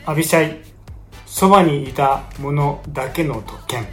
アビシャイ、そばにいた者だけの特権。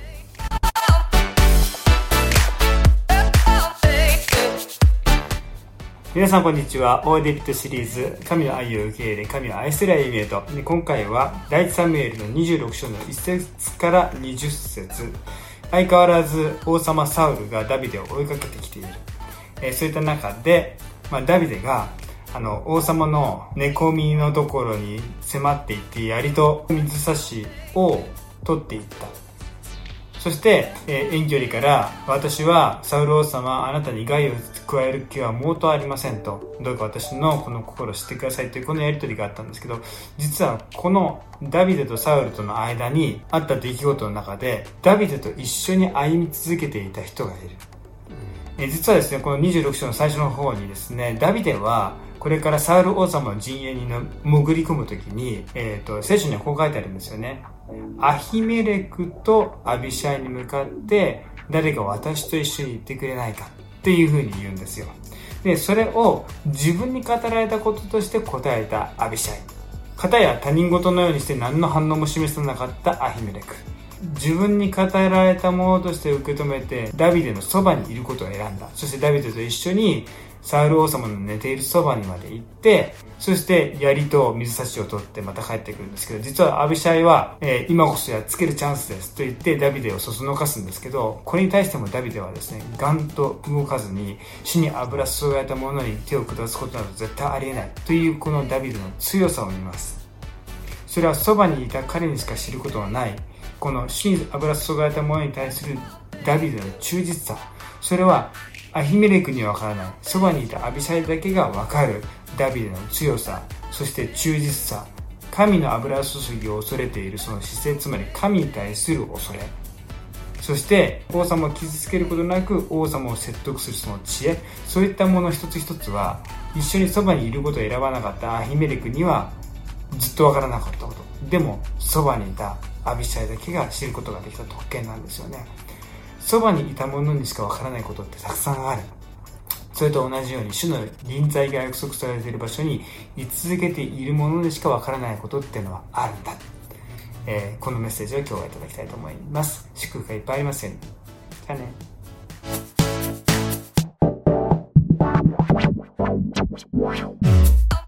皆さんこんにちは。オーディビットシリーズ、神の愛を受け入れ神を愛する歩みへと。今回は第一サムエルの26章の1節から20節。相変わらず王様サウルがダビデを追いかけてきている。そういった中で、ダビデが王様の寝込みのところに迫っていって、槍と水差しを取っていった。そして遠距離から、私はサウル王様、あなたに害を加える気は毛頭ありませんと、どうか私のこの心を知ってくださいというこのやり取りがあったんですけど、実はこのダビデとサウルとの間にあった出来事の中で、ダビデと一緒に歩み続けていた人がいる。実はですね、この26章の最初の方にですね、ダビデはこれからサウル王様の陣営に潜り込むときに、聖書にはこう書いてあるんですよね。アヒメレクとアビシャイに向かって誰か私と一緒に行ってくれないかっていうふうに言うんですよ。で、それを自分に語られたこととして答えたアビシャイ。片や他人事のようにして何の反応も示さなかったアヒメレク。自分に語られたものとして受け止めてダビデのそばにいることを選んだ。そしてダビデと一緒にサウル王様の寝ているそばにまで行って、そして槍と水差しを取ってまた帰ってくるんですけど、実はアビシャイは、今こそやっつけるチャンスですと言ってダビデをそそのかすんですけど、これに対してもダビデはですね、ガンと動かずに、死に油注がれたものに手を下すことなど絶対ありえないというこのダビデの強さを見ます。それはそばにいた彼にしか知ることはない、この死に油注がれたものに対するダビデの忠実さ、それはアヒメレクにはわからない、そばにいたアビシャイだけがわかるダビデの強さ、そして忠実さ、神の油注ぎを恐れているその姿勢、つまり神に対する恐れ、そして王様を傷つけることなく王様を説得するその知恵、そういったもの一つ一つは一緒にそばにいることを選ばなかったアヒメレクにはずっとわからなかったこと、でもそばにいたアビシャイだけが知ることができた特権なんですよね。そばにいた者にしかわからないことってたくさんある。それと同じように主の臨在が約束されている場所に居続けている者にしかわからないことっていうのはあるんだ。このメッセージを今日はいただきたいと思います。祝福がいっぱいありますように。じゃあね。